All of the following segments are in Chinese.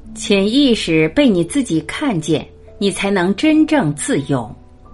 潜意识被你自己看见，你才能真正自由。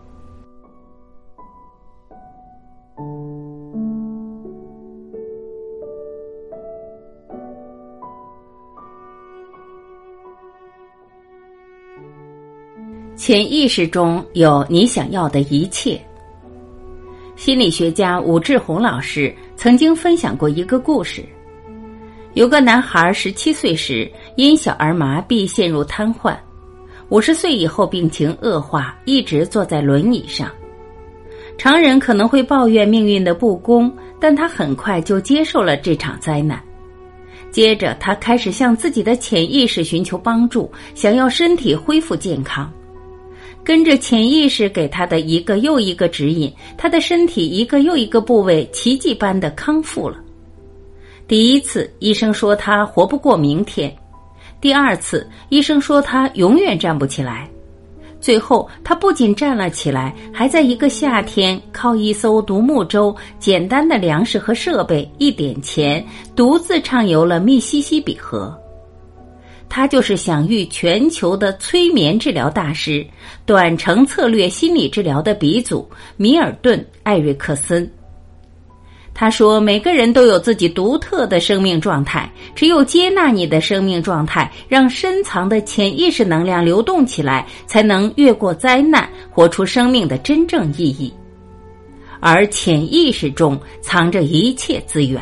潜意识中有你想要的一切。心理学家武志红老师曾经分享过一个故事，有个男孩17岁时因小儿麻痹陷入瘫痪，50岁以后病情恶化，一直坐在轮椅上。常人可能会抱怨命运的不公，但他很快就接受了这场灾难。接着他开始向自己的潜意识寻求帮助，想要身体恢复健康。跟着潜意识给他的一个又一个指引，他的身体一个又一个部位奇迹般的康复了。第一次，医生说他活不过明天；第二次，医生说他永远站不起来；最后，他不仅站了起来，还在一个夏天靠一艘独木舟、简单的粮食和设备、一点钱，独自畅游了密西西比河。他就是享誉全球的催眠治疗大师、短程策略心理治疗的鼻祖米尔顿·艾瑞克森。他说，每个人都有自己独特的生命状态，只有接纳你的生命状态，让深藏的潜意识能量流动起来，才能越过灾难，活出生命的真正意义。而潜意识中藏着一切资源。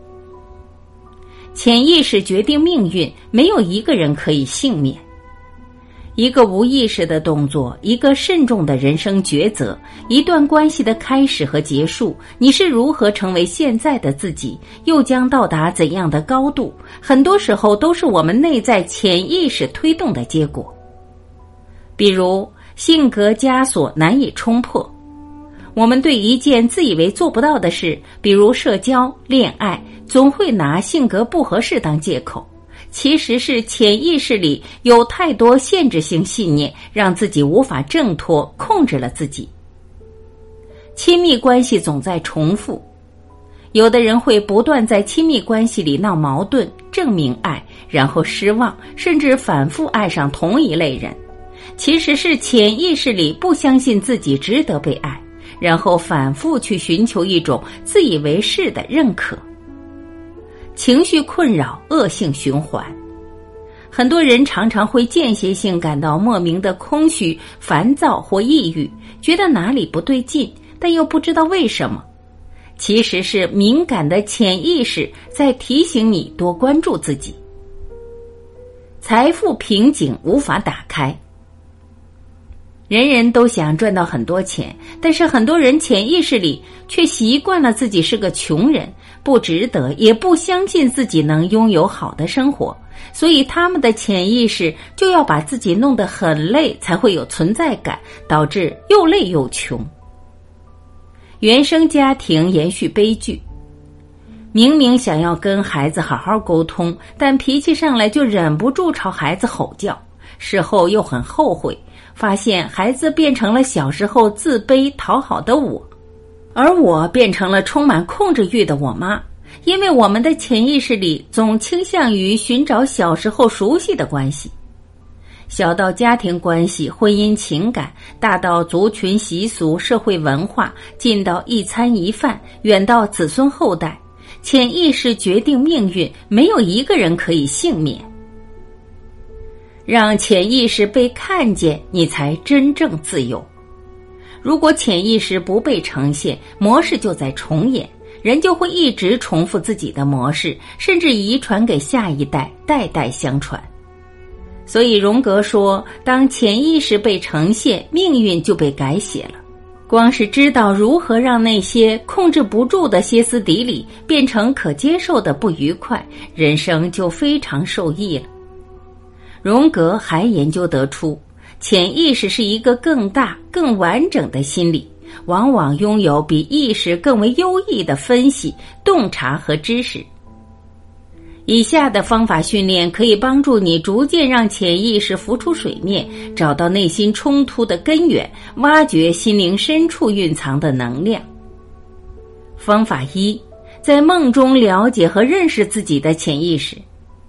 潜意识决定命运，没有一个人可以幸免。一个无意识的动作，一个慎重的人生抉择，一段关系的开始和结束，你是如何成为现在的自己，又将到达怎样的高度，很多时候都是我们内在潜意识推动的结果。比如，性格枷锁难以冲破。我们对一件自以为做不到的事，比如社交、恋爱，总会拿性格不合适当借口，其实是潜意识里有太多限制性信念，让自己无法挣脱，控制了自己。亲密关系总在重复，有的人会不断在亲密关系里闹矛盾，证明爱，然后失望，甚至反复爱上同一类人，其实是潜意识里不相信自己值得被爱，然后反复去寻求一种自以为是的认可。情绪困扰，恶性循环。很多人常常会间歇性感到莫名的空虚、烦躁或抑郁，觉得哪里不对劲，但又不知道为什么。其实是敏感的潜意识在提醒你多关注自己。财富瓶颈无法打开。人人都想赚到很多钱，但是很多人潜意识里却习惯了自己是个穷人，不值得，也不相信自己能拥有好的生活，所以他们的潜意识就要把自己弄得很累，才会有存在感，导致又累又穷。原生家庭延续悲剧。明明想要跟孩子好好沟通，但脾气上来就忍不住朝孩子吼叫，事后又很后悔，发现孩子变成了小时候自卑讨好的我，而我变成了充满控制欲的我妈。因为我们的潜意识里总倾向于寻找小时候熟悉的关系，小到家庭关系、婚姻情感，大到族群习俗、社会文化，近到一餐一饭，远到子孙后代，潜意识决定命运，没有一个人可以幸免。让潜意识被看见，你才真正自由。如果潜意识不被呈现，模式就在重演，人就会一直重复自己的模式，甚至遗传给下一代，代代相传。所以荣格说，当潜意识被呈现，命运就被改写了。光是知道如何让那些控制不住的歇斯底里变成可接受的不愉快，人生就非常受益了。荣格还研究得出，潜意识是一个更大、更完整的心理，往往拥有比意识更为优异的分析、洞察和知识。以下的方法训练可以帮助你逐渐让潜意识浮出水面，找到内心冲突的根源，挖掘心灵深处蕴藏的能量。方法一，在梦中了解和认识自己的潜意识。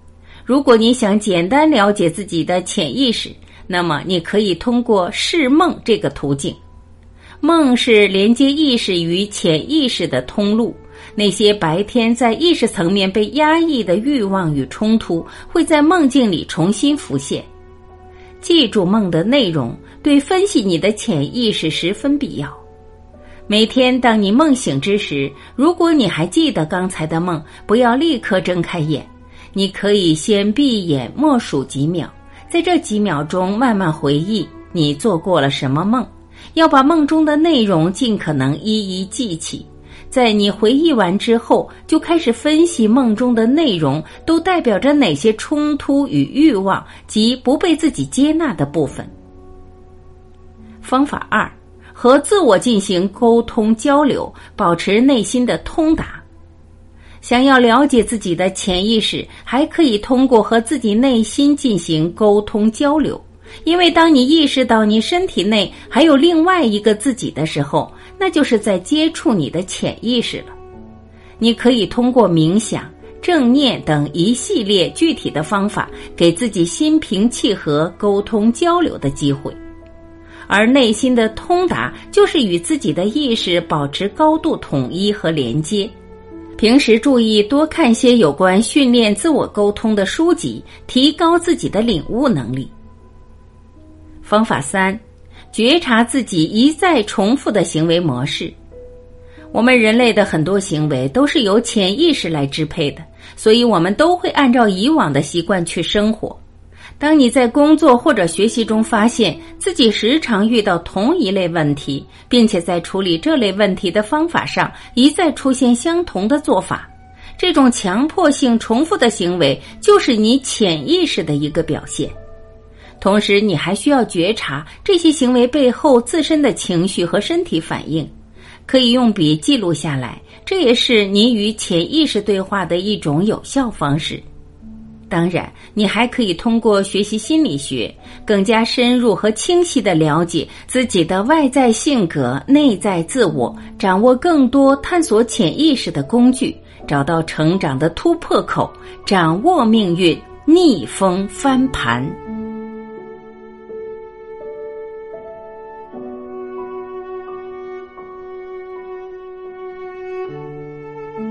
如果你想简单了解自己的潜意识，那么你可以通过释梦这个途径。梦是连接意识与潜意识的通路，那些白天在意识层面被压抑的欲望与冲突，会在梦境里重新浮现。记住梦的内容，对分析你的潜意识十分必要。每天当你梦醒之时，如果你还记得刚才的梦，不要立刻睁开眼，你可以先闭眼默数几秒，在这几秒钟慢慢回忆你做过了什么梦，要把梦中的内容尽可能一一记起。在你回忆完之后，就开始分析梦中的内容都代表着哪些冲突与欲望及不被自己接纳的部分。方法2，和自我进行沟通交流，保持内心的通达。想要了解自己的潜意识，还可以通过和自己内心进行沟通交流。因为当你意识到你身体内还有另外一个自己的时候，那就是在接触你的潜意识了。你可以通过冥想、正念等一系列具体的方法，给自己心平气和沟通交流的机会。而内心的通达，就是与自己的意识保持高度统一和连接。平时注意多看些有关训练自我沟通的书籍，提高自己的领悟能力。方法3，觉察自己一再重复的行为模式。我们人类的很多行为都是由潜意识来支配的，所以我们都会按照以往的习惯去生活。当你在工作或者学习中发现自己时常遇到同一类问题，并且在处理这类问题的方法上一再出现相同的做法，这种强迫性重复的行为就是你潜意识的一个表现。同时你还需要觉察这些行为背后自身的情绪和身体反应，可以用笔记录下来，这也是你与潜意识对话的一种有效方式。当然，你还可以通过学习心理学，更加深入和清晰地了解自己的外在性格、内在自我，掌握更多探索潜意识的工具，找到成长的突破口，掌握命运，逆风翻盘。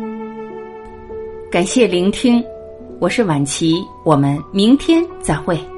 感谢聆听，我是婉琪，我们明天再会。